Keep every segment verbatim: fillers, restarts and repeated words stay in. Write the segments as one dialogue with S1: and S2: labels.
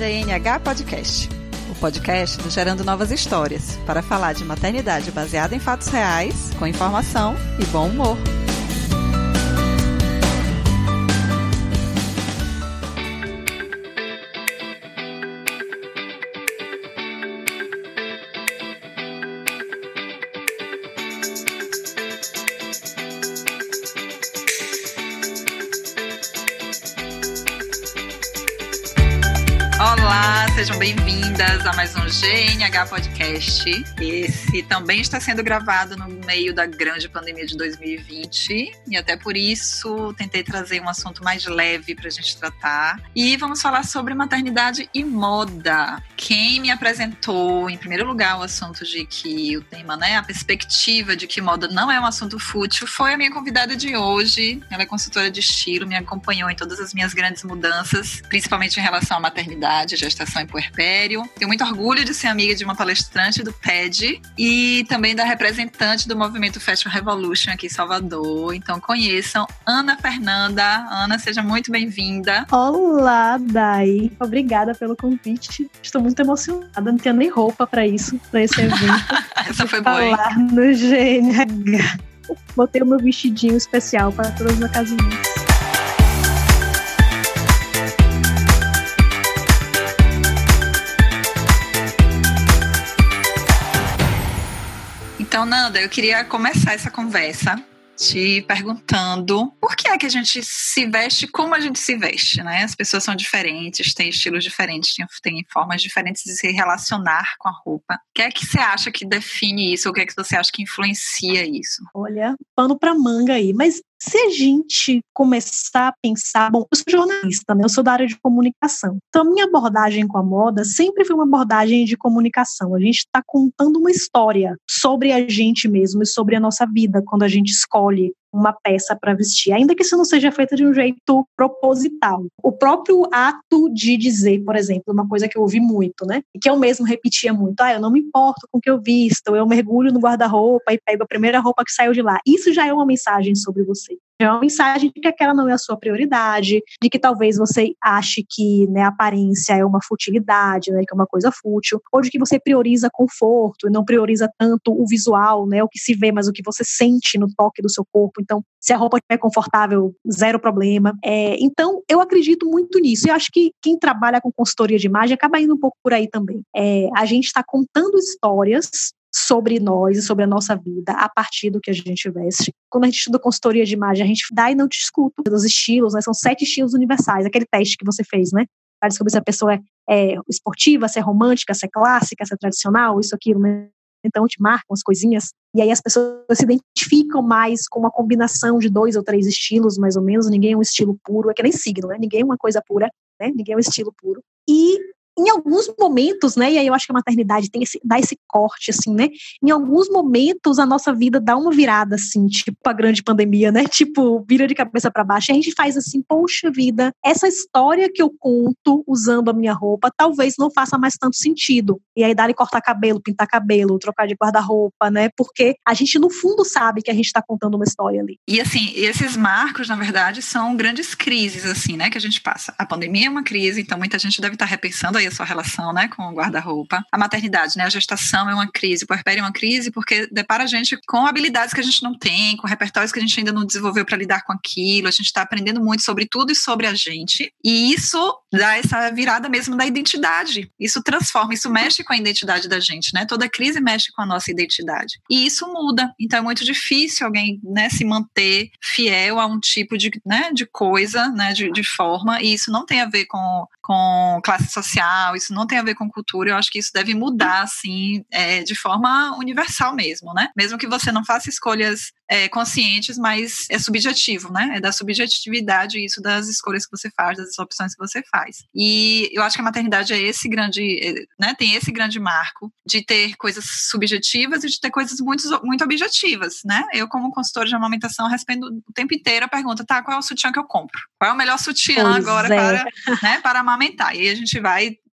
S1: G N H Podcast, o podcast do Gerando Novas Histórias, para falar de maternidade baseada em fatos reais, com informação e bom humor. Olá, sejam bem-vindas a mais um G N H Podcast. Esse também está sendo gravado no meio da grande pandemia de dois mil e vinte e até por isso tentei trazer um assunto mais leve para a gente tratar. E vamos falar sobre maternidade e moda. Quem me apresentou, em primeiro lugar, o assunto de que o tema, né, a perspectiva de que moda não é um assunto fútil, foi a minha convidada de hoje. Ela é consultora de estilo, me acompanhou em todas as minhas grandes mudanças, principalmente em relação à maternidade, gestação e puerpério. Tenho muito orgulho de ser amiga de uma palestrante do T E D e também da representante do movimento Fashion Revolution aqui em Salvador. Então conheçam Ana Fernanda. Ana, seja muito bem-vinda.
S2: Olá, Dai. Obrigada pelo convite. Estou muito emocionada, não tinha nem roupa para isso, para esse evento.
S1: Essa foi boa, hein?
S2: Falar no G N H. Botei o meu vestidinho especial para todas as ocasiões.
S1: Então, Nanda, eu queria começar essa conversa te perguntando por que é que a gente se veste como a gente se veste, né? As pessoas são diferentes, têm estilos diferentes, têm formas diferentes de se relacionar com a roupa. O que é que você acha que define isso? Ou o que é que você acha que influencia isso?
S2: Olha, pano pra manga aí, mas se a gente começar a pensar... Bom, eu sou jornalista, né? Eu sou da área de comunicação. Então, a minha abordagem com a moda sempre foi uma abordagem de comunicação. A gente está contando uma história sobre a gente mesmo e sobre a nossa vida quando a gente escolhe uma peça para vestir, ainda que isso não seja feito de um jeito proposital. O próprio ato de dizer, por exemplo, uma coisa que eu ouvi muito, né? E que eu mesmo repetia muito, ah, eu não me importo com o que eu visto, eu mergulho no guarda-roupa e pego a primeira roupa que saiu de lá. Isso já é uma mensagem sobre você. É uma mensagem de que aquela não é a sua prioridade, de que talvez você ache que, né, a aparência é uma futilidade, né, que é uma coisa fútil, ou de que você prioriza conforto e não prioriza tanto o visual, né, o que se vê, mas o que você sente no toque do seu corpo. Então, se a roupa estiver confortável, zero problema. É, então, eu acredito muito nisso. E acho que quem trabalha com consultoria de imagem acaba indo um pouco por aí também. É, a gente está contando histórias sobre nós e sobre a nossa vida a partir do que a gente veste. Quando a gente estuda consultoria de imagem, a gente dá e não te escuta dos estilos, né? São sete estilos universais, aquele teste que você fez, né? Para descobrir se a pessoa é, é esportiva, se é romântica, se é clássica, se é tradicional, isso, aquilo, né? Então te marcam as coisinhas, e aí as pessoas se identificam mais com uma combinação de dois ou três estilos, mais ou menos. Ninguém é um estilo puro, é que nem signo, né? Ninguém é uma coisa pura, né? Ninguém é um estilo puro. E em alguns momentos, né, e aí eu acho que a maternidade tem esse, dá esse corte, assim, né, em alguns momentos a nossa vida dá uma virada, assim, tipo a grande pandemia, né, tipo, vira de cabeça para baixo, e a gente faz assim, poxa vida, essa história que eu conto usando a minha roupa, talvez não faça mais tanto sentido, e aí dá-lhe cortar cabelo, pintar cabelo, trocar de guarda-roupa, né, porque a gente no fundo sabe que a gente tá contando uma história ali.
S1: E assim, esses marcos, na verdade, são grandes crises, assim, né, que a gente passa. A pandemia é uma crise, então muita gente deve estar repensando aí a sua relação, né, com o guarda-roupa. A maternidade, né, a gestação é uma crise, o puerpério é uma crise porque depara a gente com habilidades que a gente não tem, com repertórios que a gente ainda não desenvolveu para lidar com aquilo. A gente está aprendendo muito sobre tudo e sobre a gente, e isso dá essa virada mesmo da identidade. Isso transforma, isso mexe com a identidade da gente, né? Toda crise mexe com a nossa identidade. E isso muda. Então é muito difícil alguém, né, se manter fiel a um tipo de, né, de coisa, né, de, de forma, e isso não tem a ver com, com classe social, isso não tem a ver com cultura. Eu acho que isso deve mudar, assim, é, de forma universal mesmo, né? Mesmo que você não faça escolhas é, conscientes, mas é subjetivo, né? É da subjetividade isso das escolhas que você faz, das opções que você faz. E eu acho que a maternidade é esse grande, né? Tem esse grande marco de ter coisas subjetivas e de ter coisas muito, muito objetivas, né? Eu, como consultora de amamentação, respondo o tempo inteiro a pergunta, tá, qual é o sutiã que eu compro? Qual é o melhor sutiã
S2: pois
S1: agora
S2: é.
S1: para, né, para amamentar? E aí a gente vai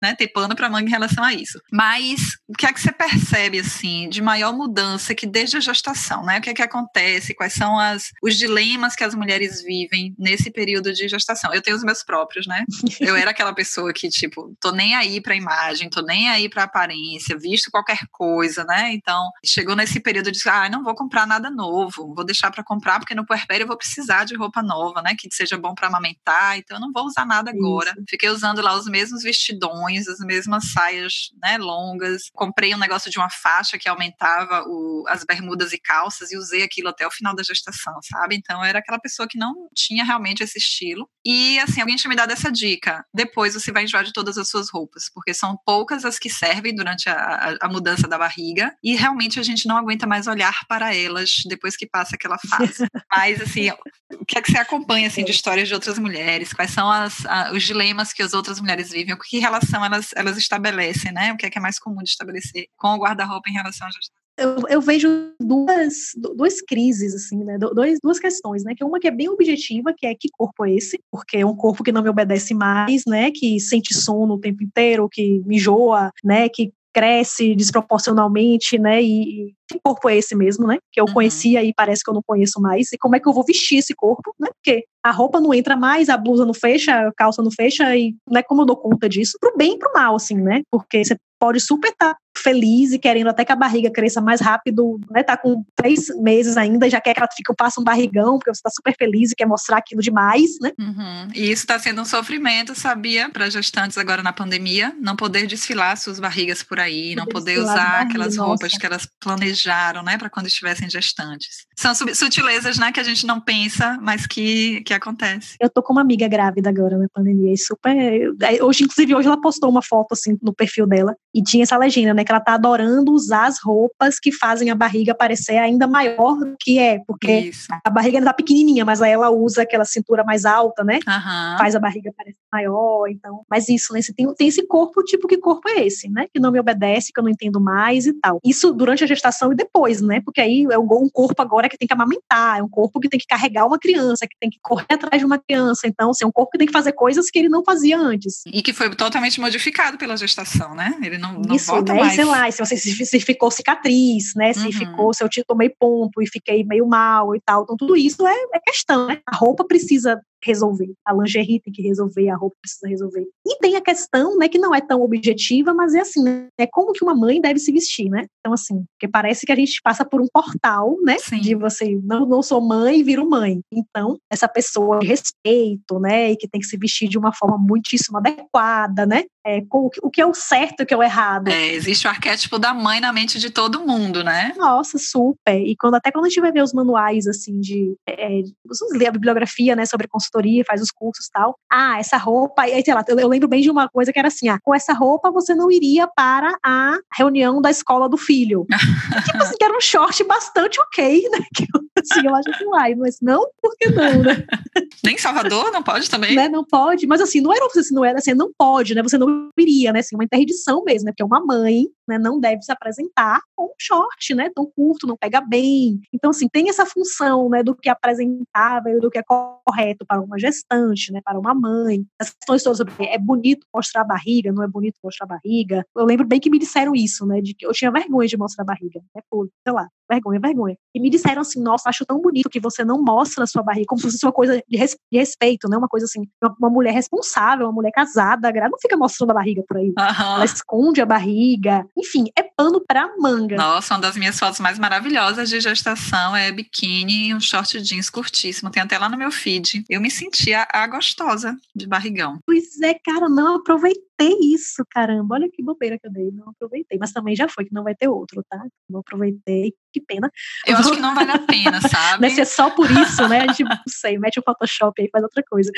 S1: né, ter pano para manga em relação a isso. Mas o que é que você percebe, assim, de maior mudança que desde a gestação, né? O que é que acontece? Quais são as, os dilemas que as mulheres vivem nesse período de gestação? Eu tenho os meus próprios, né? Eu era aquela pessoa que, tipo, tô nem aí pra imagem, tô nem aí pra aparência, visto qualquer coisa, né? Então, chegou nesse período de, ah, não vou comprar nada novo, vou deixar pra comprar, porque no puerpério eu vou precisar de roupa nova, né? Que seja bom pra amamentar, então eu não vou usar nada agora. Isso. Fiquei usando lá os mesmos vestidões, as mesmas saias, né, longas. Comprei um negócio de uma faixa que aumentava o, as bermudas e calças e usei aquilo até o final da gestação, sabe? Então eu era aquela pessoa que não tinha realmente esse estilo. E assim, alguém tinha me dado essa dica. Depois você vai enjoar de todas as suas roupas, porque são poucas as que servem durante a, a, a mudança da barriga e realmente a gente não aguenta mais olhar para elas depois que passa aquela fase. Mas assim, o que é que você acompanha assim, de histórias de outras mulheres? Quais são as, a, os dilemas que as outras mulheres vivem? Que relação elas, elas estabelecem, né? O que é que é mais comum de estabelecer com o guarda-roupa em relação à gestação?
S2: Eu, eu vejo duas, duas crises, assim, né? Dois, duas questões, né? Que uma que é bem objetiva, que é que corpo é esse? Porque é um corpo que não me obedece mais, né? Que sente sono o tempo inteiro, que me enjoa, né? Que cresce desproporcionalmente, né? E que corpo é esse mesmo, né? Que eu uhum. conhecia e parece que eu não conheço mais. E como é que eu vou vestir esse corpo, né? Porque a roupa não entra mais, a blusa não fecha, a calça não fecha, e não é como eu dou conta disso, pro bem e pro mal, assim, né? Porque você pode super estar feliz e querendo até que a barriga cresça mais rápido, né? Tá com três meses ainda, já quer que ela fique, passe um barrigão, porque você tá super feliz e quer mostrar aquilo demais, né?
S1: Uhum. E isso tá sendo um sofrimento, sabia? Para gestantes agora na pandemia, não poder desfilar suas barrigas por aí, não poder usar barriga, aquelas nossa. roupas que elas planejaram, né? Para quando estivessem gestantes. São sutilezas, né? Que a gente não pensa, mas que, que acontece.
S2: Eu tô com uma amiga grávida agora na pandemia, e super... Hoje, inclusive, hoje ela postou uma foto, assim, no perfil dela, e tinha essa legenda, né, que ela tá adorando usar as roupas que fazem a barriga parecer ainda maior do que é, porque Isso. a barriga ainda tá pequenininha, mas aí ela usa aquela cintura mais alta, né,
S1: uhum.
S2: faz a barriga parecer maior, então, mas isso, né, tem, tem esse corpo, tipo, que corpo é esse, né, que não me obedece, que eu não entendo mais e tal. Isso durante a gestação e depois, né, porque aí é um corpo agora que tem que amamentar, é um corpo que tem que carregar uma criança, que tem que correr atrás de uma criança, então, assim, é um corpo que tem que fazer coisas que ele não fazia antes.
S1: E que foi totalmente modificado pela gestação, né, ele não, não
S2: Isso,
S1: volta
S2: né?
S1: mais.
S2: E sei lá, se você se, se ficou cicatriz, né? Se uhum. ficou, se eu te tomei ponto e fiquei meio mal e tal. Então, tudo isso é, é questão, né? A roupa precisa resolver, a lingerie tem que resolver, a roupa precisa resolver. E tem a questão, né, que não é tão objetiva, mas é assim, né, é como que uma mãe deve se vestir, né? Então, assim, porque parece que a gente passa por um portal, né,
S1: Sim.
S2: de você, não, não sou mãe e viro mãe. Então, essa pessoa de respeito, né, e que tem que se vestir de uma forma muitíssimo adequada, né, é, com o que é o certo e o que é o errado.
S1: É, existe o arquétipo da mãe na mente de todo mundo, né?
S2: Nossa, super. E quando, até quando a gente vai ver os manuais, assim, de, é, a bibliografia, né, sobre consultoria, faz os cursos e tal, ah, essa roupa, aí, sei lá, eu lembro bem de uma coisa que era assim, ah, com essa roupa você não iria para a reunião da escola do filho. E, tipo assim, que era um short bastante ok, né, que eu, assim, eu acho que uai, mas não, por que não, né?
S1: Nem Salvador não pode também?
S2: Né, não pode, mas assim, não era assim, não era assim, não pode, né, você não iria, né, assim, uma interdição mesmo, né, porque uma mãe, né, não deve se apresentar com um short, né, tão curto, não pega bem. Então, assim, tem essa função, né, do que é apresentável, do que é correto para uma gestante, né, para uma mãe. As questões todas sobre é bonito mostrar a barriga, não é bonito mostrar a barriga. Eu lembro bem que me disseram isso, né, de que eu tinha vergonha de mostrar a barriga, né, por, sei lá, vergonha, vergonha. E me disseram assim, nossa, acho tão bonito que você não mostra a sua barriga, como se fosse uma coisa de, res, de respeito, né, uma coisa assim, uma, uma mulher responsável, uma mulher casada, ela não fica mostrando a barriga por aí. Uhum. Ela esconde a barriga. Enfim, é pano pra manga.
S1: Nossa, uma das minhas fotos mais maravilhosas de gestação é biquíni e um short jeans curtíssimo. Tem até lá no meu feed. Eu me sentia a gostosa de barrigão.
S2: Pois é, cara, não aproveitei isso, caramba. Olha que bobeira que eu dei. Não aproveitei. Mas também já foi, que não vai ter outro, tá? Não aproveitei. Que pena.
S1: Eu acho que não vale a pena, sabe?
S2: Deve ser só por isso, né? A gente, não sei, mete o Photoshop aí, faz outra coisa.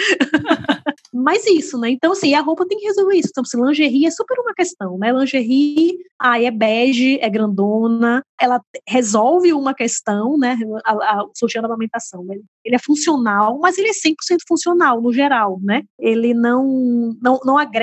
S2: Mas isso, né? Então, assim, a roupa tem que resolver isso. Então, assim, lingerie é super uma questão, né? Lingerie, ah, é bege, é grandona, ela resolve uma questão, né? A, a, o sutiã da amamentação, né? Ele é funcional, mas ele é cem por cento funcional, no geral, né? Ele não, não, não agrega,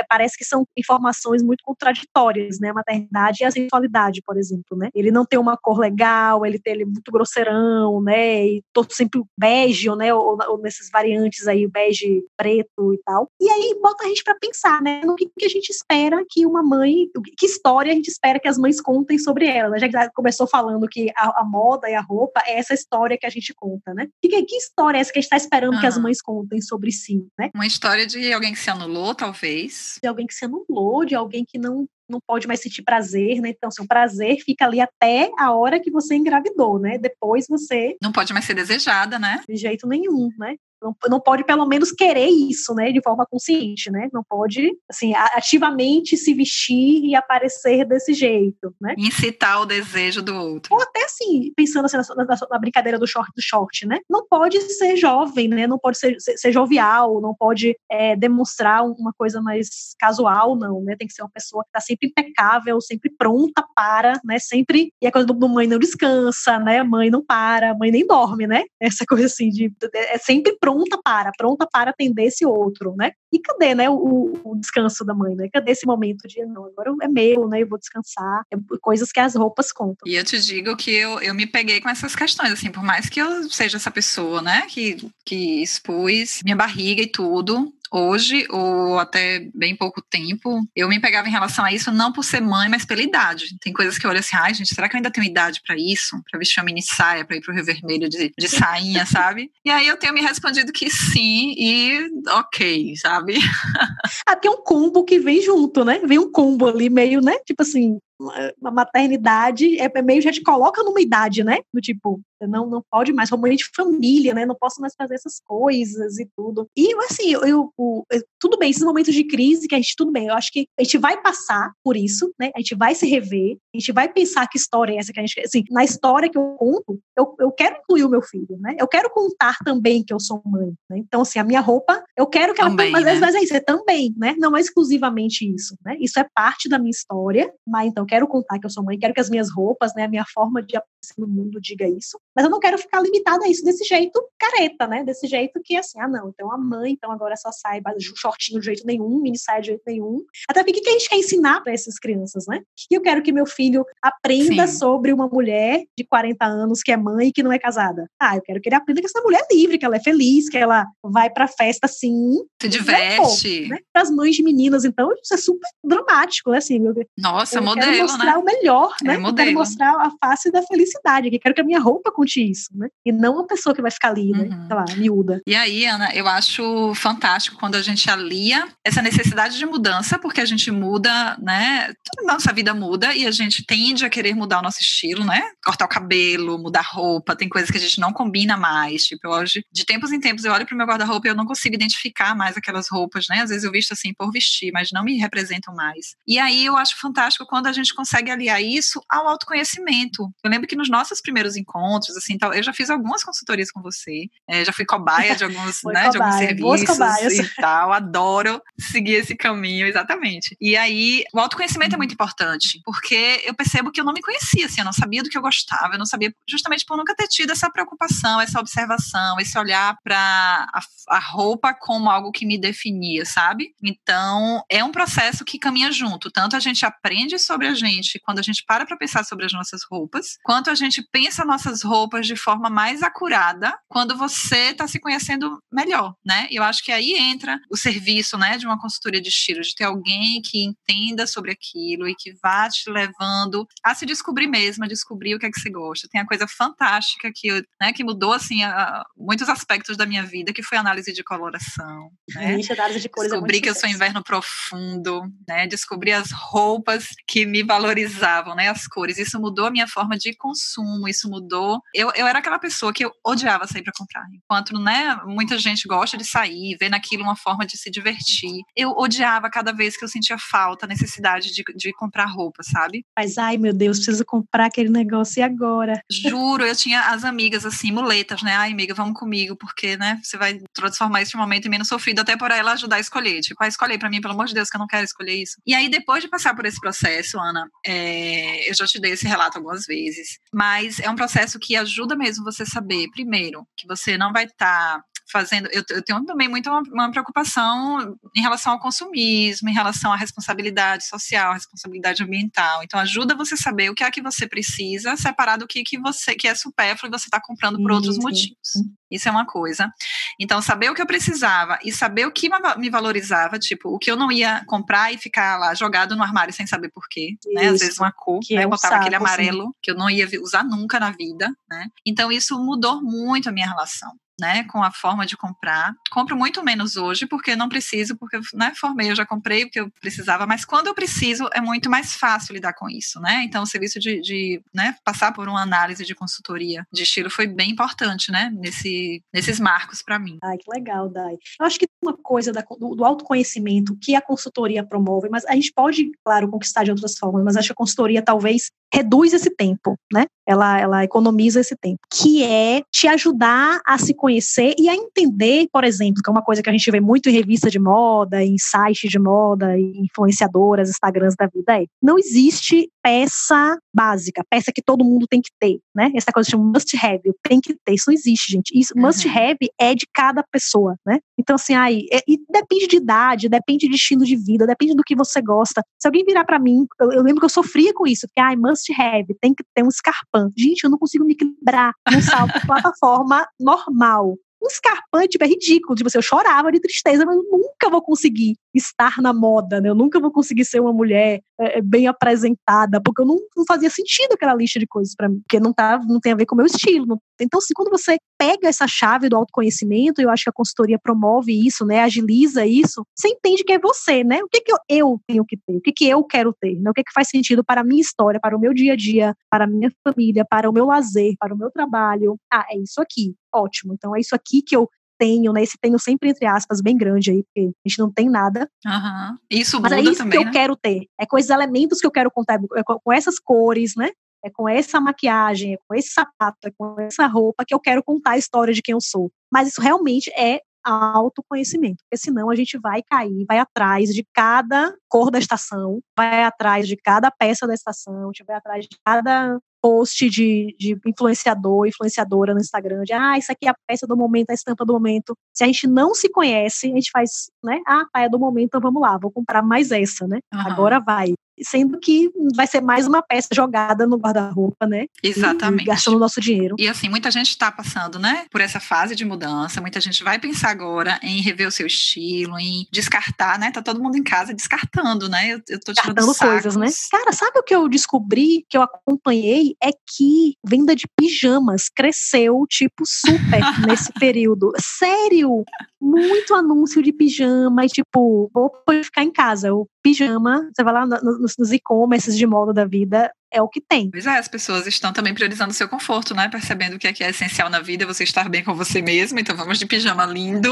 S2: Parece que são informações muito contraditórias, né? A maternidade e a sexualidade, por exemplo, né? Ele não tem uma cor legal, ele, tem, ele é muito grosseirão, né? E todo sempre bege, né? Ou, ou nessas variantes aí, bege preto e tal. E aí bota a gente para pensar, né? No que, que a gente espera que uma mãe, que história a gente espera que as mães contem sobre ela, né? Já que começou falando que a, a moda e a roupa é essa história que a gente conta, né? Que, que história é essa que a gente está esperando uhum. que as mães contem sobre si, né?
S1: Uma história de alguém que se anulou, talvez.
S2: De alguém que se anulou, de alguém que não não pode mais sentir prazer, né? Então, seu prazer fica ali até a hora que você engravidou, né? Depois você...
S1: Não pode mais ser desejada, né?
S2: De jeito nenhum, né? Não, não pode, pelo menos, querer isso, né? De forma consciente, né? Não pode, assim, ativamente se vestir e aparecer desse jeito, né?
S1: Incitar o desejo do outro.
S2: Ou até, assim, pensando assim, na, na, na brincadeira do short do short, né? Não pode ser jovem, né? Não pode ser, ser, ser jovial, não pode é, demonstrar uma coisa mais casual, não, né? Tem que ser uma pessoa que tá sempre impecável, sempre pronta para, né? Sempre... E a coisa do, do mãe não descansa, né? Mãe não para, mãe nem dorme, né? Essa coisa, assim, de... É sempre pronta pronta para, pronta para atender esse outro, né? E cadê, né, o, o descanso da mãe, né? Cadê esse momento de, não, agora é meu, né, eu vou descansar, é coisas que as roupas contam.
S1: E eu te digo que eu, eu me peguei com essas questões, assim, por mais que eu seja essa pessoa, né, que, que expus minha barriga e tudo, hoje, ou até bem pouco tempo, eu me pegava em relação a isso não por ser mãe, mas pela idade. Tem coisas que eu olho assim, ai gente, será que eu ainda tenho idade pra isso? Pra vestir uma mini saia, pra ir pro Rio Vermelho de, de sainha, sabe? E aí eu tenho me respondido que sim, e ok, sabe?
S2: Ah, porque é um combo que vem junto, né? Vem um combo ali meio, né? Tipo assim, a maternidade é meio, já te coloca numa idade, né? Do tipo, não, não pode mais, romance de família, né? Não posso mais fazer essas coisas e tudo. E, assim, eu, eu, eu, tudo bem, esses momentos de crise que a gente, tudo bem, eu acho que a gente vai passar por isso, né? A gente vai se rever, a gente vai pensar que história é essa que a gente, assim, na história que eu conto, eu, eu quero incluir o meu filho, né? Eu quero contar também que eu sou mãe, né? Então, assim, a minha roupa, eu quero que
S1: também,
S2: ela, mas,
S1: né?
S2: mas é isso, é também, né? Não é exclusivamente isso, né? Isso é parte da minha história, mas então, quero contar que eu sou mãe, quero que as minhas roupas, né, a minha forma de aparecer no mundo diga isso, mas eu não quero ficar limitada a isso desse jeito careta, né, desse jeito que assim, ah não, então a mãe, então agora só sai shortinho de jeito nenhum, mini saia de jeito nenhum, até porque o que a gente quer ensinar para essas crianças, né, que eu quero que meu filho aprenda Sim. sobre uma mulher de quarenta anos que é mãe e que não é casada, ah, eu quero que ele aprenda que essa mulher é livre, que ela é feliz, que ela vai pra festa sim,
S1: se diverte,
S2: né, para as mães de meninas, então isso é super dramático, né, assim, meu,
S1: nossa,
S2: eu
S1: modelo,
S2: quero mostrar
S1: né?
S2: o melhor, né?
S1: É
S2: eu quero mostrar a face da felicidade. Eu quero que a minha roupa conte isso, né? E não uma pessoa que vai ficar ali, né?
S1: Uhum.
S2: Sei lá, miúda.
S1: E aí, Ana, eu acho fantástico quando a gente alia essa necessidade de mudança, porque a gente muda, né? Toda a nossa vida muda e a gente tende a querer mudar o nosso estilo, né? Cortar o cabelo, mudar roupa, tem coisas que a gente não combina mais. Tipo, hoje, de tempos em tempos, eu olho pro meu guarda-roupa e eu não consigo identificar mais aquelas roupas, né? Às vezes eu visto assim por vestir, mas não me representam mais. E aí eu acho fantástico quando a gente consegue aliar isso ao autoconhecimento. Eu lembro que nos nossos primeiros encontros, assim, tal, eu já fiz algumas consultorias com você, é, já fui cobaia de alguns, né,
S2: cobaia,
S1: de alguns serviços
S2: e
S1: tal, adoro seguir esse caminho, exatamente. E aí, o autoconhecimento é muito importante, porque eu percebo que eu não me conhecia, assim, eu não sabia do que eu gostava, eu não sabia, justamente por nunca ter tido essa preocupação, essa observação, esse olhar para a, a roupa como algo que me definia, sabe? Então, é um processo que caminha junto, tanto a gente aprende sobre a gente quando a gente para para pensar sobre as nossas roupas, quanto a gente pensa nossas roupas de forma mais acurada quando você está se conhecendo melhor, né? E eu acho que aí entra o serviço, né, de uma consultoria de estilo, de ter alguém que entenda sobre aquilo e que vá te levando a se descobrir mesmo, a descobrir o que é que você gosta. Tem a coisa fantástica que, eu, né, que mudou, assim, a, muitos aspectos da minha vida, que foi a análise de coloração, né?
S2: Ixi, a análise de cores
S1: Descobri
S2: é muito
S1: que eu sou inverno profundo, né? Descobri as roupas que me valorizavam, né? As cores. Isso mudou a minha forma de consumo, isso mudou. Eu, eu era aquela pessoa que eu odiava sair para comprar. Enquanto, né, muita gente gosta de sair, vê naquilo uma forma de se divertir. Eu odiava cada vez que eu sentia falta, a necessidade de, de comprar roupa, sabe?
S2: Mas, ai, meu Deus, preciso comprar aquele negócio e agora?
S1: Juro, eu tinha as amigas, assim, muletas, né? Ai, amiga, vamos comigo, porque, né, você vai transformar esse momento em menos sofrido, até por ela ajudar a escolher. Tipo, ah, escolher pra mim, pelo amor de Deus, que eu não quero escolher isso. E aí, depois de passar por esse processo, Ana, é, eu já te dei esse relato algumas vezes, mas é um processo que ajuda mesmo você saber, primeiro, que você não vai estar tá fazendo, eu, eu tenho também muito uma, uma preocupação em relação ao consumismo, em relação à responsabilidade social, responsabilidade ambiental. Então ajuda você a saber o que é que você precisa, separar do que, que você que é supérfluo e você está comprando por outros
S2: Sim,
S1: motivos.
S2: sim.
S1: Isso é uma coisa. Então, saber o que eu precisava e saber o que me valorizava, tipo, o que eu não ia comprar e ficar lá jogado no armário sem saber por quê, né? Às vezes uma cor,
S2: que
S1: né?
S2: é
S1: Eu
S2: um
S1: botava aquele
S2: saco, assim.
S1: amarelo que eu não ia usar nunca na vida, né? Então, isso mudou muito a minha relação, né, com a forma de comprar. Compro muito menos hoje, porque não preciso, porque, né, formei, eu já comprei o que eu precisava, mas quando eu preciso, é muito mais fácil lidar com isso, né? Então, o serviço de, de né, passar por uma análise de consultoria de estilo foi bem importante, né, nesse, nesses marcos para mim.
S2: Ai, que legal, Dai. Eu acho que tem uma coisa da, do, do autoconhecimento que a consultoria promove, mas a gente pode, claro, conquistar de outras formas, mas acho que a consultoria talvez reduz esse tempo, né? Ela, ela economiza esse tempo, que é te ajudar a se conhecer e a entender, por exemplo, que é uma coisa que a gente vê muito em revista de moda, em sites de moda, em influenciadoras, Instagrams da vida, é, não existe peça básica, peça que todo mundo tem que ter, né? Essa coisa chama must have, eu tenho que ter, isso não existe, gente. Isso, uhum. Must have é de cada pessoa, né? Então, assim, aí, é, e depende de idade, depende de estilo de vida, depende do que você gosta. Se alguém virar pra mim, eu, eu lembro que eu sofria com isso, porque, ai, must have, tem que ter um escarpão. Gente, eu não consigo me equilibrar num salto de plataforma normal. Um escarpão, tipo, é ridículo. Tipo assim, eu chorava de tristeza, mas eu nunca vou conseguir estar na moda, né? Eu nunca vou conseguir ser uma mulher é, bem apresentada, porque eu não, não fazia sentido aquela lista de coisas pra mim, porque não, tá, não tem a ver com o meu estilo. Não. Então, assim, quando você pega essa chave do autoconhecimento, eu acho que a consultoria promove isso, né? Agiliza isso, você entende que é você, né? O que que eu, eu tenho que ter? O que que eu quero ter? Né? O que que faz sentido para a minha história, para o meu dia a dia, para a minha família, para o meu lazer, para o meu trabalho? Ah, é isso aqui. Ótimo. Então, é isso aqui que eu tenho, né? Esse tenho sempre entre aspas bem grande aí, porque a gente não tem nada.
S1: Uhum. Isso
S2: mas
S1: muda
S2: é isso
S1: também,
S2: que eu
S1: né?
S2: quero ter. É com esses elementos que eu quero contar, é com, com essas cores, né? É com essa maquiagem, é com esse sapato, é com essa roupa que eu quero contar a história de quem eu sou. Mas isso realmente é autoconhecimento, porque senão a gente vai cair, vai atrás de cada cor da estação, vai atrás de cada peça da estação, a gente vai atrás de cada post de, de influenciador, influenciadora no Instagram, de, ah, isso aqui é a peça do momento, a estampa do momento. Se a gente não se conhece, a gente faz, né, ah, tá, é do momento, então vamos lá, vou comprar mais essa, né, uhum. Agora vai. Sendo que vai ser mais uma peça jogada no guarda-roupa, né?
S1: Exatamente.
S2: E gastando o nosso dinheiro.
S1: E assim, muita gente está passando, né, por essa fase de mudança, muita gente vai pensar agora em rever o seu estilo, em descartar, né? Tá todo mundo em casa descartando, né? Eu, eu tô tirando
S2: descartando
S1: sacos.
S2: coisas, né? Cara, sabe o que eu descobri, que eu acompanhei, é que venda de pijamas cresceu, tipo, super nesse período. Sério! Muito anúncio de pijama e tipo, vou ficar em casa, o pijama, você vai lá nos, nos e-commerces de moda da vida, é o que tem.
S1: Pois é, as pessoas estão também priorizando o seu conforto, né? Percebendo que é, que é essencial na vida, você estar bem com você mesmo, então vamos de pijama lindo.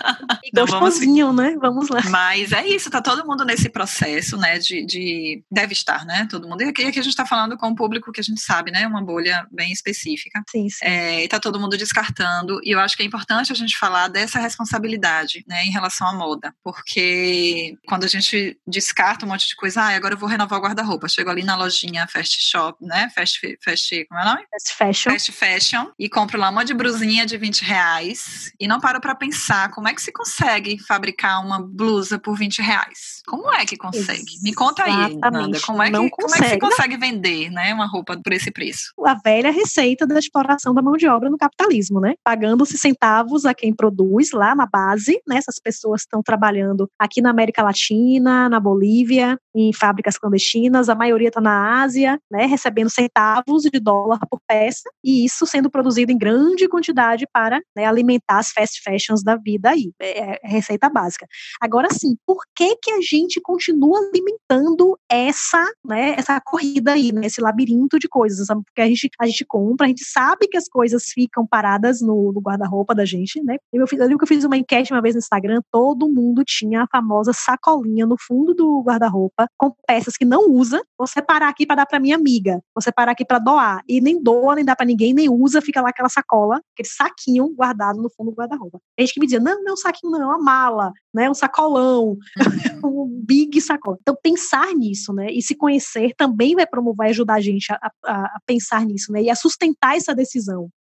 S2: E gostosinho, vamos... né? Vamos lá.
S1: Mas é isso, tá todo mundo nesse processo, né? De, de... deve estar, né? Todo mundo. E aqui a gente tá falando com um público que a gente sabe, né? Uma bolha bem específica.
S2: Sim, sim.
S1: É, e tá todo mundo descartando. E eu acho que é importante a gente falar dessa responsabilidade, né? Em relação à moda. Porque quando a gente descarta um monte de coisa, ah, agora eu vou renovar o guarda-roupa. Chego ali na lojinha fast shop, né? Fast, fast, como é o nome?
S2: Fast fashion.
S1: Fast fashion. E compro lá uma de brusinha de vinte reais. E não paro pra pensar como é que se consegue fabricar uma blusa por vinte reais. Como é que consegue?
S2: Exatamente.
S1: Me conta aí, Nanda. Como é, que, como é que se consegue vender, né, uma roupa por esse preço?
S2: A velha receita da exploração da mão de obra no capitalismo, né? Pagando-se centavos a quem produz lá na base, né? Essas pessoas estão trabalhando aqui na América Latina, na Bolívia, em fábricas clandestinas, a maioria está na Ásia, né? Recebendo centavos de dólar por peça, e isso sendo produzido em grande quantidade para, né, alimentar as fast fashions da vida aí. É, é receita básica. Agora sim, por que que a gente continua alimentando essa, né, essa corrida aí, né, esse labirinto de coisas? Porque a gente, a gente compra, a gente sabe que as coisas ficam paradas no, no guarda-roupa da gente, né? Eu, eu lembro que eu fiz uma enquete uma vez no Instagram, todo mundo tinha a famosa sacolinha no fundo do guarda-roupa com peças que não usa. Vou separar aqui para dar para minha amiga, vou separar aqui para doar, e nem doa, nem dá para ninguém, nem usa, fica lá aquela sacola, aquele saquinho guardado no fundo do guarda-roupa. Tem gente que me dizia, não, não é um saquinho não, é uma mala, né, um sacolão, um big sacola. Então pensar nisso, né, e se conhecer também vai promover, vai ajudar a gente a, a, a pensar nisso, né, e a sustentar essa decisão.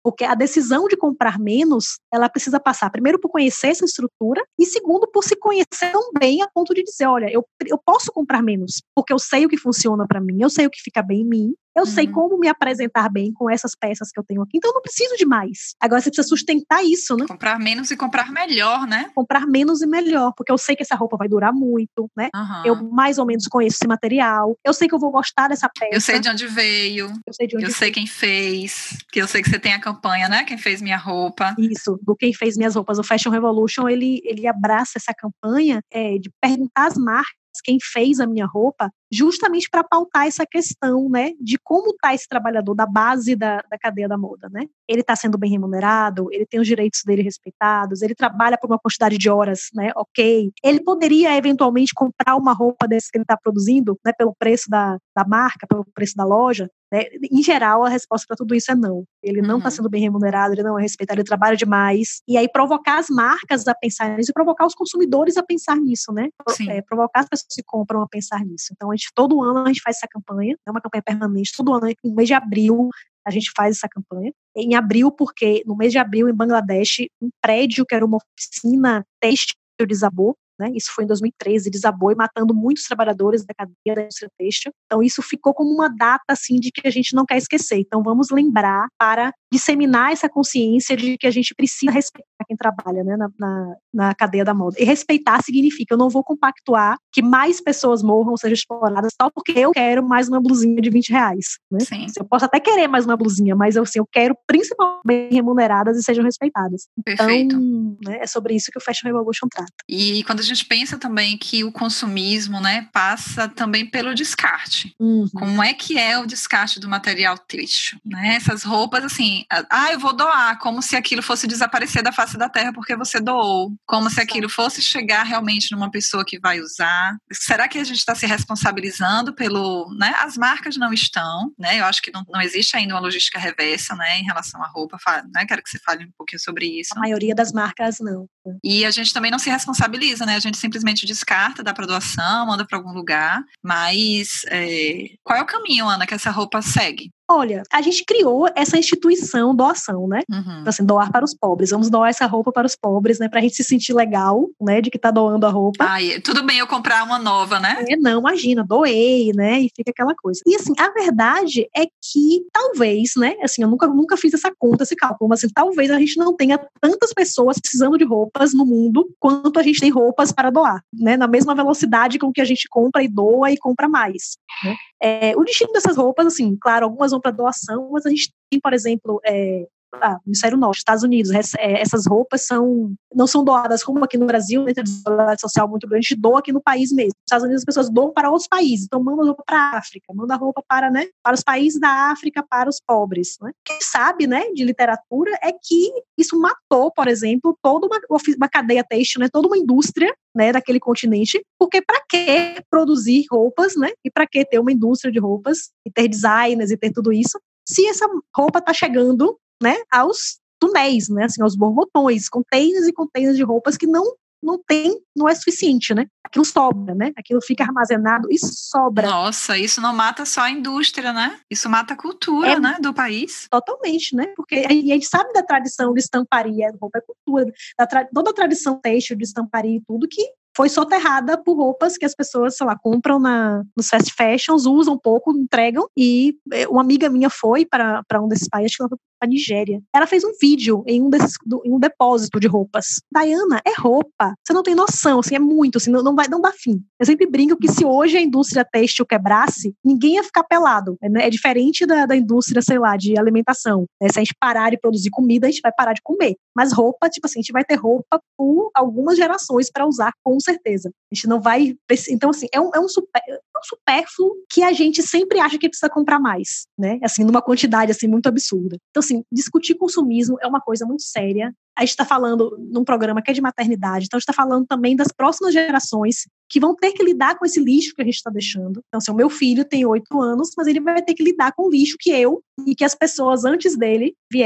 S2: Porque a decisão de comprar menos, ela precisa passar primeiro por conhecer essa estrutura e segundo por se conhecer tão bem a ponto de dizer, olha, eu, eu posso comprar menos, porque eu sei o que funciona para mim, eu sei o que fica bem em mim, eu uhum. sei como me apresentar bem com essas peças que eu tenho aqui, então eu não preciso de mais. Agora você precisa sustentar isso, né?
S1: Comprar menos e comprar melhor, né?
S2: Comprar menos e melhor, porque eu sei que essa roupa vai durar muito, né? Uhum. Eu mais ou menos conheço esse material, eu sei que eu vou gostar dessa peça.
S1: Eu sei de onde veio, eu sei, de onde eu sei quem fez, que eu sei que você tem a campanha, né? Quem fez minha roupa.
S2: Isso, do Quem Fez Minhas Roupas. O Fashion Revolution, ele, ele abraça essa campanha é, de perguntar às marcas quem fez a minha roupa, justamente para pautar essa questão, né, de como está esse trabalhador da base da, da cadeia da moda, né? Ele está sendo bem remunerado, ele tem os direitos dele respeitados, ele trabalha por uma quantidade de horas, né, ok. Ele poderia, eventualmente, comprar uma roupa desse que ele está produzindo, né, pelo preço da, da marca, pelo preço da loja, né? Em geral, a resposta para tudo isso é não. Ele não está uhum. sendo bem remunerado, ele não é respeitado, ele trabalha demais. E aí provocar as marcas a pensar nisso e provocar os consumidores a pensar nisso, né? É, provocar as pessoas que compram a pensar nisso. Então, a gente, todo ano a gente faz essa campanha, é uma campanha permanente, todo ano, no mês de abril, a gente faz essa campanha. Em abril, porque no mês de abril, em Bangladesh, um prédio que era uma oficina têxtil desabou. Né? Isso foi em dois mil e treze, desabou e matando muitos trabalhadores da cadeia da indústria têxtil. Então isso ficou como uma data assim de que a gente não quer esquecer. Então vamos lembrar para disseminar essa consciência de que a gente precisa respeitar quem trabalha, né, na, na, na cadeia da moda. E respeitar significa eu não vou compactuar que mais pessoas morram, sejam exploradas, só porque eu quero mais uma blusinha de vinte reais. Né?
S1: Sim.
S2: Eu posso até querer mais uma blusinha, mas eu, assim, eu quero principalmente bem remuneradas e sejam respeitadas.
S1: Perfeito.
S2: Então, né, é sobre isso que o Fashion Revolution trata.
S1: E quando a gente pensa também que o consumismo, né, passa também pelo descarte.
S2: Uhum.
S1: Como é que é o descarte do material têxtil? Né? Essas roupas, assim, ah, eu vou doar, como se aquilo fosse desaparecer da face da terra porque você doou. Como Nossa. se aquilo fosse chegar realmente numa pessoa que vai usar. Será que a gente está se responsabilizando pelo... Né? As marcas não estão, né? Eu acho que não, não existe ainda uma logística reversa, né, em relação à roupa. Né? Quero que você fale um pouquinho sobre isso.
S2: A maioria das marcas não.
S1: E a gente também não se responsabiliza, né? A gente simplesmente descarta, dá para doação, manda para algum lugar. Mas é, qual é o caminho, Ana, que essa roupa segue?
S2: Olha, a gente criou essa instituição doação, né?
S1: Uhum.
S2: Assim, doar para os pobres. Vamos doar essa roupa para os pobres, né? Pra gente se sentir legal, né? De que tá doando a roupa.
S1: Ai, tudo bem eu comprar uma nova, né?
S2: É, não, imagina, doei, né? E fica aquela coisa. E assim, a verdade é que talvez, né? Assim, eu nunca, nunca fiz essa conta, esse cálculo, mas assim, talvez a gente não tenha tantas pessoas precisando de roupas no mundo quanto a gente tem roupas para doar, né? Na mesma velocidade com que a gente compra e doa e compra mais, né? É, o destino dessas roupas, assim, claro, algumas vão para doação, mas a gente tem, por exemplo, é, ah, no Hemisfério Norte, Estados Unidos, é, essas roupas são, não são doadas como aqui no Brasil, né, tem uma desigualdade social muito grande, a gente doa aqui no país mesmo. Nos Estados Unidos as pessoas doam para outros países, então mandam roupa para a África, mandam roupa para, né, para os países da África, para os pobres. Né? Quem sabe, né, de literatura é que isso matou, por exemplo, toda uma, uma cadeia têxtil, né, toda uma indústria, né, daquele continente, porque para que produzir roupas, né, e para que ter uma indústria de roupas e ter designers e ter tudo isso, se essa roupa está chegando, né, aos túneis, né, assim, aos borbotões, containers e containers de roupas que não não tem, não é suficiente, né? Aquilo sobra, né? Aquilo fica armazenado e sobra.
S1: Nossa, isso não mata só a indústria, né? Isso mata a cultura, é, né, do país.
S2: Totalmente, né? Porque a gente sabe da tradição de estamparia, roupa é cultura, da tra- toda a tradição têxtil de estamparia e tudo que foi soterrada por roupas que as pessoas, sei lá, compram na, nos fast fashions, usam um pouco, entregam, e uma amiga minha foi para um desses países, acho que ela foi para a Nigéria. Ela fez um vídeo em um, desses, do, em um depósito de roupas. Diana, é roupa. Você não tem noção, assim, é muito, assim, não, não, vai, não dá fim. Eu sempre brinco que se hoje a indústria têxtil quebrasse, ninguém ia ficar pelado. Né? É diferente da, da indústria, sei lá, de alimentação. Né? Se a gente parar de produzir comida, a gente vai parar de comer. Mas roupa, tipo assim, a gente vai ter roupa por algumas gerações para usar, com certeza. A gente não vai... Então, assim, é um, é um, super, é um supérfluo que a gente sempre acha que precisa comprar mais, né? Assim, numa quantidade, assim, muito absurda. Então, assim, discutir consumismo é uma coisa muito séria. A gente está falando num programa que é de maternidade, então a gente está falando também das próximas gerações que vão ter que lidar com esse lixo que a gente está deixando. Então, assim, o meu filho tem oito anos, mas ele vai ter que lidar com o lixo que eu e que as pessoas antes dele vieram,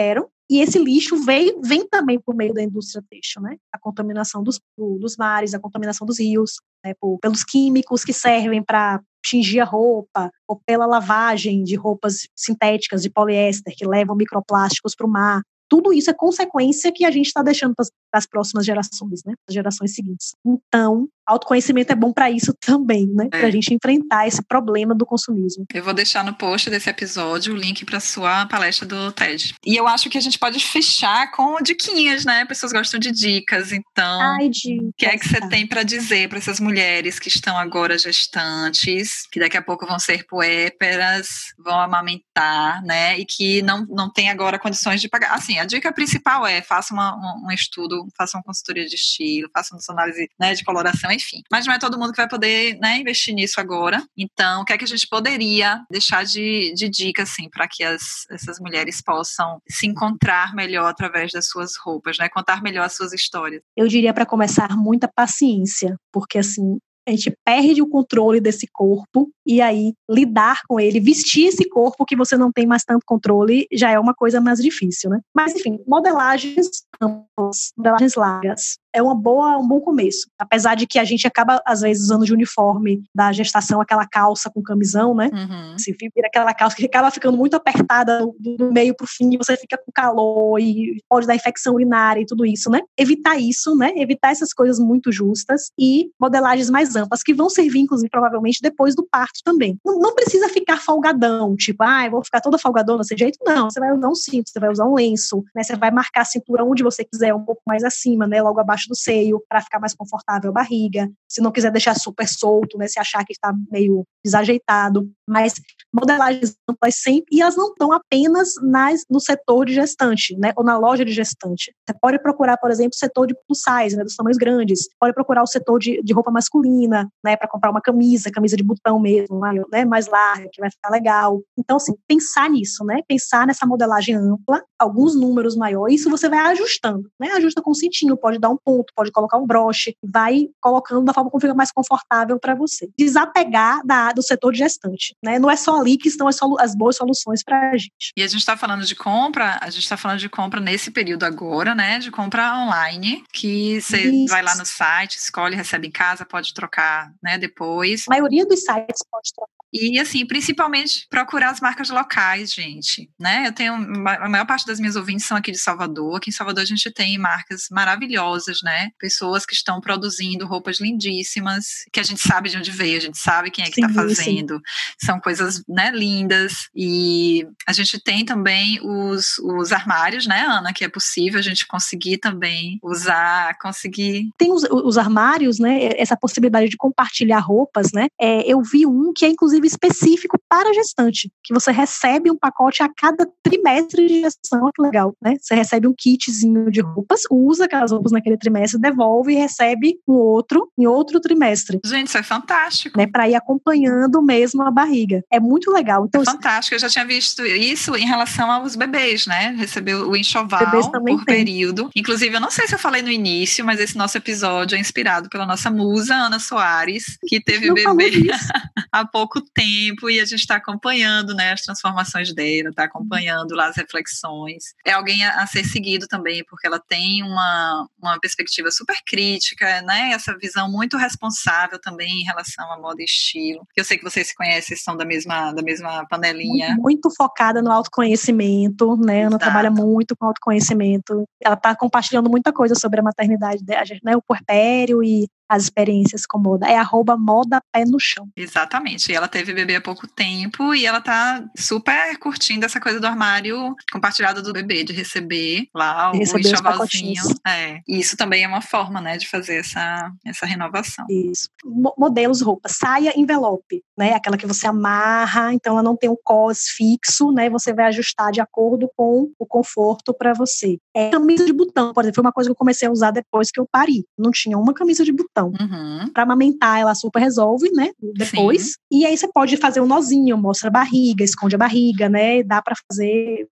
S2: E esse lixo vem, vem também por meio da indústria têxtil, né? A contaminação dos, dos mares, a contaminação dos rios, né? Por, pelos químicos que servem para tingir a roupa, ou pela lavagem de roupas sintéticas de poliéster que levam microplásticos para o mar. Tudo isso é consequência que a gente está deixando para as próximas gerações, né? As gerações seguintes. Então, autoconhecimento é bom para isso também, né? É. Para a gente enfrentar esse problema do consumismo.
S1: Eu vou deixar no post desse episódio o link para sua palestra do TED. E eu acho que a gente pode fechar com diquinhas, né? Pessoas gostam de dicas, então...
S2: Ai, dicas.
S1: O que é que você tem para dizer para essas mulheres que estão agora gestantes, que daqui a pouco vão ser puérperas, vão amamentar, né? E que não, não tem agora condições de pagar. Assim, a dica principal é faça uma, um, um estudo, faça uma consultoria de estilo, faça uma análise, né, de coloração, enfim. Mas não é todo mundo que vai poder, né, investir nisso agora. Então, o que é que a gente poderia deixar de, de dica, assim, para que as, essas mulheres possam se encontrar melhor através das suas roupas, né? Contar melhor as suas histórias?
S2: Eu diria para começar muita paciência, porque assim, a gente perde o controle desse corpo e aí lidar com ele, vestir esse corpo que você não tem mais tanto controle já é uma coisa mais difícil, né? Mas enfim, modelagens amplas, modelagens largas, é uma boa, um bom começo. Apesar de que a gente acaba, às vezes, usando de uniforme da gestação aquela calça com camisão, né?
S1: Uhum.
S2: Se vira aquela calça que acaba ficando muito apertada do, do meio pro fim, e você fica com calor e pode dar infecção urinária e tudo isso, né? Evitar isso, né? Evitar essas coisas muito justas e modelagens mais amplas, que vão servir, inclusive, provavelmente, depois do parto também. Não, não precisa ficar folgadão, tipo, ah, eu vou ficar toda folgadona desse jeito. Não, você vai usar um cinto, você vai usar um lenço, né? Você vai marcar a cintura onde você quiser, um pouco mais acima, né? Logo abaixo do seio, para ficar mais confortável a barriga. Se não quiser deixar super solto, né? Se achar que está meio desajeitado. Mas modelagens amplas sempre, e elas não estão apenas nas, no setor de gestante, né? Ou na loja de gestante. Você pode procurar, por exemplo, o setor de plus size, né? Dos tamanhos grandes. Pode procurar o setor de, de roupa masculina, né? Para comprar uma camisa, camisa de botão mesmo, né? Mais larga, que vai ficar legal. Então, assim, pensar nisso, né? Pensar nessa modelagem ampla, alguns números maiores, isso você vai ajustando, né? Ajusta com o cintinho, pode dar um ponto, pode colocar um broche, vai colocando da forma como fica mais confortável para você. Desapegar da, do setor de gestante, né? Não é só ali que estão as, solu- as boas soluções para a gente.
S1: E a gente está falando de compra, a gente está falando de compra nesse período agora, né? De compra online, que você
S2: Isso.
S1: vai lá no site, escolhe, recebe em casa, pode trocar, né? Depois.
S2: A maioria dos sites pode trocar.
S1: E, assim, principalmente procurar as marcas locais, gente, né? Eu tenho, a maior parte das minhas ouvintes são aqui de Salvador. Aqui em Salvador a gente tem marcas maravilhosas, né? Pessoas que estão produzindo roupas lindíssimas, que a gente sabe de onde veio, a gente sabe quem é que está fazendo. Sim. São coisas, né, lindas. E a gente tem também os, os armários, né, Ana? Que é possível a gente conseguir também usar, conseguir...
S2: Tem os, os armários, né? Essa possibilidade de compartilhar roupas, né? É, eu vi um que é, inclusive, específico para gestante, que você recebe um pacote a cada trimestre de gestação. Que legal, né? Você recebe um kitzinho de roupas, usa aquelas roupas naquele trimestre, devolve e recebe um outro em outro trimestre.
S1: Gente, isso é fantástico.
S2: Né? Para ir acompanhando mesmo a barriga. É muito legal. Então,
S1: é fantástico. Eu já tinha visto isso em relação aos bebês, né? Receber o enxoval por
S2: tem.
S1: período. Inclusive, eu não sei se eu falei no início, mas esse nosso episódio é inspirado pela nossa musa, Ana Soares, que teve bebê há pouco tempo e a gente está acompanhando, né, as transformações dela, está acompanhando lá as reflexões. É alguém a, a ser seguido também, porque ela tem uma, uma perspectiva super crítica, né, essa visão muito responsável também em relação à moda e estilo. Eu sei que vocês se conhecem, são da mesma, da mesma panelinha.
S2: Muito, muito focada no autoconhecimento, né, Ana trabalha muito com autoconhecimento. Ela está compartilhando muita coisa sobre a maternidade, né, o puerpério e as experiências com moda. É arroba moda pé no chão.
S1: Exatamente. E ela teve bebê há pouco tempo e ela tá super curtindo essa coisa do armário compartilhado do bebê, de receber lá o, o enxovalzinho. É. E isso também é uma forma, né, de fazer essa, essa renovação.
S2: Isso. Modelos, roupa. Saia envelope, né? Aquela que você amarra, então ela não tem um cos fixo, né? Você vai ajustar de acordo com o conforto para você. É, camisa de botão, por exemplo, foi uma coisa que eu comecei a usar depois que eu pari. Não tinha uma camisa de botão.
S1: Uhum.
S2: Para amamentar, ela super resolve, né? Depois. Sim. E aí você pode fazer um nozinho, mostra a barriga, esconde a barriga, né? Dá para fazer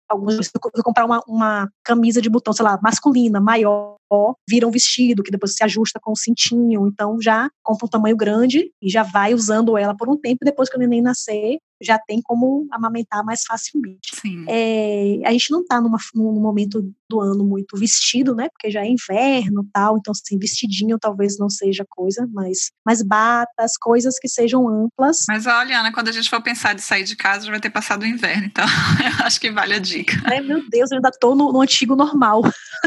S2: Alguns, se eu comprar uma, uma camisa de botão, sei lá, masculina, maior, vira um vestido, que depois se ajusta com o cintinho. Então já compra um tamanho grande e já vai usando ela por um tempo, e depois que o neném nascer, já tem como amamentar mais facilmente. É, a gente não está num momento do ano muito vestido, né? Porque já é inverno e tal, então assim, vestidinho talvez não seja coisa, mas, mas batas, coisas que sejam amplas.
S1: Mas olha, Ana, quando a gente for pensar de sair de casa, já vai ter passado o inverno, então eu acho que vale a dica.
S2: É, meu Deus, eu ainda tô no, no antigo normal.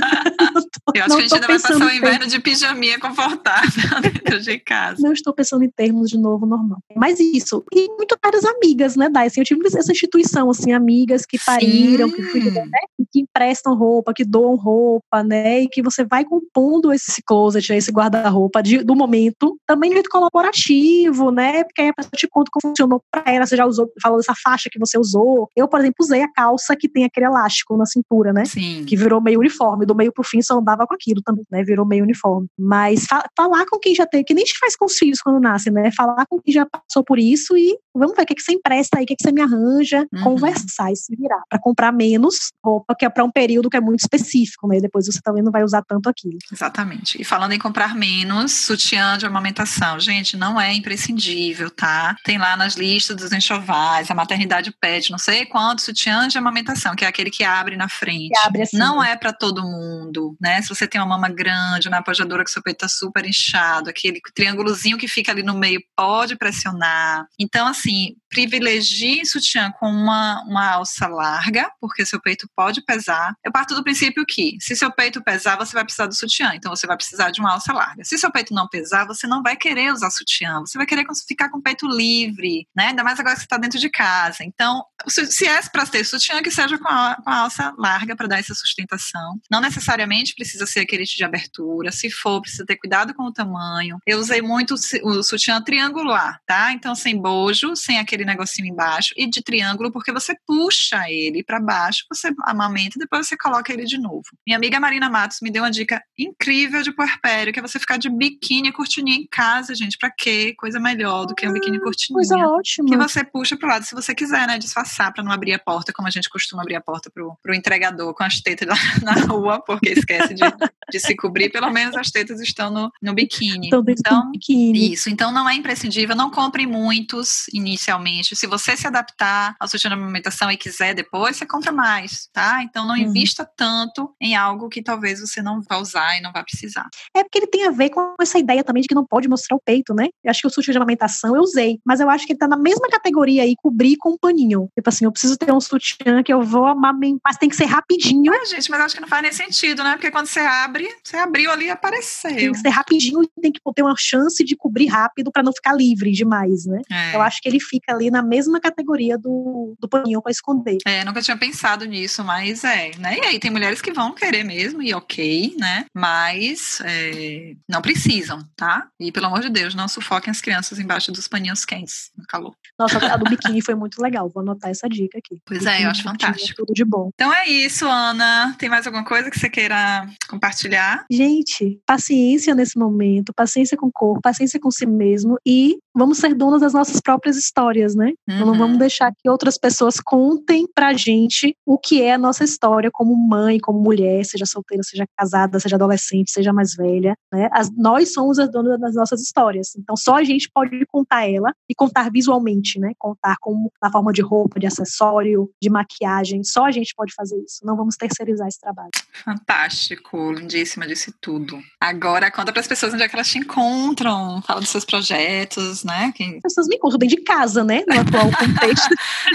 S1: tô, eu acho que a gente ainda vai passar o inverno de pijaminha confortável dentro de casa.
S2: Não estou pensando em termos de novo normal. Mas isso, e muito caras amigas, né, Dai? Assim, eu tive essa instituição, assim, amigas que pariram, que, né, que emprestam roupa, que doam roupa, né, e que você vai compondo esse closet, esse guarda-roupa de, do momento, também muito colaborativo, né, porque aí a pessoa te conta como funcionou pra ela, você já usou, falou dessa faixa que você usou. Eu, por exemplo, usei a calça que tem aquele elástico na cintura, né,
S1: Sim.
S2: que virou meio uniforme, do meio pro fim só andava com aquilo também, né, virou meio uniforme. Mas fa- falar com quem já tem, que nem a gente faz com os filhos quando nascem, né, falar com quem já passou por isso e vamos ver o que, é que você empresta aí, o que, é que você me arranja, uhum. conversar e se virar, para comprar menos roupa, que é para um período que é muito específico, né, depois você também não vai usar tanto aquilo.
S1: Exatamente. E falando em comprar menos, sutiã de amamentação, gente, não é imprescindível, tá? Tem lá nas listas dos enxovais, a maternidade pede não sei quantos sutiãs de amamentação, que é aquele que abre na frente.
S2: Que abre assim,
S1: não
S2: né?
S1: É para todo mundo, né? Se você tem uma mama grande, uma apojadora que seu peito tá super inchado, aquele triângulozinho que fica ali no meio pode pressionar. Então, assim, privilegie sutiã com uma, uma alça larga, porque seu peito pode pesar. Eu parto do princípio que, se seu peito pesar, você vai precisar do sutiã, então você vai precisar de uma alça larga. Se seu peito não pesar, você não vai querer usar sutiã, você vai querer ficar com o peito livre, né? Ainda mais agora que você está dentro de casa. Então, se é para ter sutiã, que seja com a, com a alça larga para dar essa sustentação. Não necessariamente precisa ser aquele de abertura, se for, precisa ter cuidado com o tamanho. Eu usei muito o sutiã triangular, tá? Então, sem bojo, sem aquele negocinho embaixo, e de triângulo, porque você puxa ele para baixo, você amamenta e depois você coloca ele de novo. Minha amiga Marina Matos me deu uma dica incrível de puerpério, que é você ficar de biquíni e cortininha em casa, gente. Pra quê? Coisa melhor do que um biquíni e cortininha.
S2: Coisa ótima.
S1: Que você puxa pro lado, se você quiser, né? Disfarçar pra não abrir a porta, como a gente costuma abrir a porta pro, pro entregador com as tetas lá na rua, porque esquece de, de se cobrir. Pelo menos as tetas estão no, no biquíni.
S2: Então, então biquíni.
S1: Isso. Então, não é imprescindível. Não compre muitos inicialmente. Se você se adaptar ao sutiã de amamentação e quiser depois, você compra mais, tá? Então, não invista uhum. tanto em algo que talvez você não vá usar e não vá precisar.
S2: É porque ele tem a ver com essa ideia também de que não pode mostrar o peito, né? Eu acho que o sutiã de amamentação eu usei, mas eu acho que ele tá na mesma categoria aí, cobrir com um paninho. Tipo assim, eu preciso ter um sutiã que eu vou amamentar, mas tem que ser rapidinho.
S1: Ah, gente, mas acho que não faz nem sentido, né? Porque quando você abre, você abriu ali e apareceu.
S2: Tem que ser rapidinho e tem que ter uma chance de cobrir rápido pra não ficar livre demais, né? É. Eu acho que ele fica ali na mesma categoria do, do paninho pra esconder.
S1: É, nunca tinha pensado nisso, mas é, né? E aí tem mulheres que vão querer mesmo, e ok, né? Mas é, não precisam, tá? E pelo amor de Deus, não sufoquem as crianças embaixo dos paninhos quentes, no calor.
S2: Nossa, a do biquíni foi muito legal, vou anotar essa dica aqui.
S1: Pois
S2: biquíni,
S1: é, eu acho fantástico.
S2: Tudo de bom.
S1: Então é isso, Ana. Tem mais alguma coisa que você queira compartilhar?
S2: Gente, paciência nesse momento, paciência com o corpo, paciência com si mesmo e vamos ser donas das nossas próprias histórias, né? Uhum. Então não vamos deixar que outras pessoas contem pra gente o que é a nossa história como mãe, como mulher, seja solteira, seja casada, seja adolescente, seja mais velha, né? As, nós somos as donas das nossas histórias. Então só a gente pode contar ela e contar visualmente, né? Contar como na forma de roupa, de acessório, de maquiagem. Só a gente pode fazer isso. Não vamos terceirizar esse trabalho.
S1: Fantástico, lindíssima, disse tudo. Agora conta para as pessoas onde é que elas te encontram, fala dos seus projetos, né? Quem...
S2: As pessoas me encontram dentro de casa, né? No atual contexto.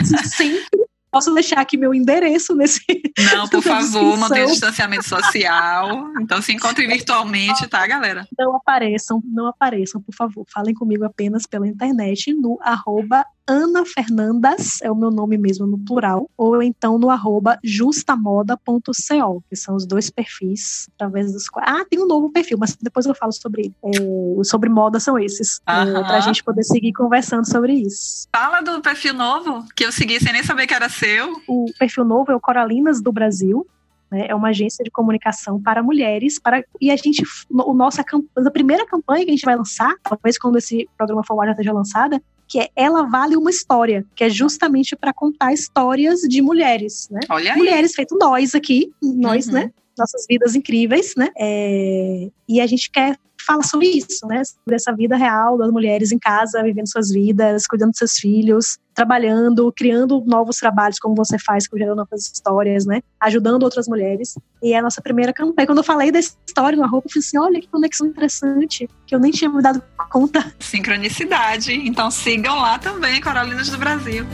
S2: Sempre posso deixar aqui meu endereço nesse...
S1: Não, por favor, mantenha o distanciamento social. Então se encontrem virtualmente, tá, galera?
S2: Não apareçam, não apareçam, por favor. Falem comigo apenas pela internet no arroba Ana Fernandas, é o meu nome mesmo no plural, ou então no arroba justamoda ponto co, que são os dois perfis, através dos quais... Ah, tem um novo perfil, mas depois eu falo sobre ele. É, sobre moda são esses, é, pra gente poder seguir conversando sobre isso.
S1: Fala do perfil novo, que eu segui sem nem saber que era seu.
S2: O perfil novo é o Coralinas do Brasil. É uma agência de comunicação para mulheres, para, e a gente, o nossa, a primeira campanha que a gente vai lançar, talvez quando esse programa for já esteja lançada, que é Ela Vale Uma História, que é justamente para contar histórias de mulheres, né?
S1: Olha aí.
S2: Mulheres feito nós aqui, nós,
S1: Uhum.
S2: né? Nossas vidas incríveis, né? É, e a gente quer falar sobre isso, né? Sobre essa vida real das mulheres em casa, vivendo suas vidas, cuidando dos seus filhos, trabalhando, criando novos trabalhos, como você faz, gerando novas histórias, né? Ajudando outras mulheres. E é a nossa primeira campanha. Quando eu falei dessa história na roupa, eu falei assim, olha que conexão interessante, que eu nem tinha me dado conta.
S1: Sincronicidade. Então sigam lá também, Coralinas do Brasil.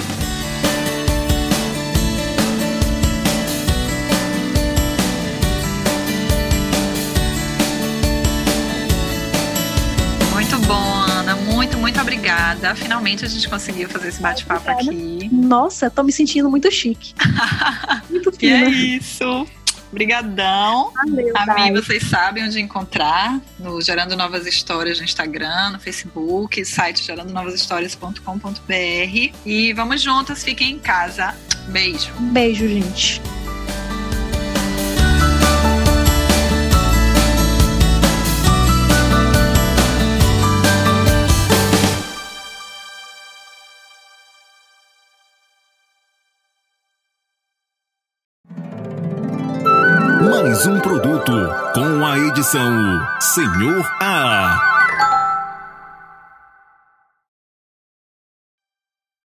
S1: Muito bom, Ana. Muito, muito obrigada. Finalmente a gente conseguiu fazer esse bate-papo aqui.
S2: Nossa, tô me sentindo muito chique. Muito
S1: E é
S2: fina.
S1: isso. Obrigadão.
S2: Valeu,
S1: A
S2: Dai.
S1: mim vocês sabem onde encontrar, no Gerando Novas Histórias no Instagram, no Facebook, site gerando novas histórias ponto com ponto b r. E vamos juntas, fiquem em casa. Beijo.
S2: Um beijo, gente.
S3: Mais um produto com a edição Senhor A.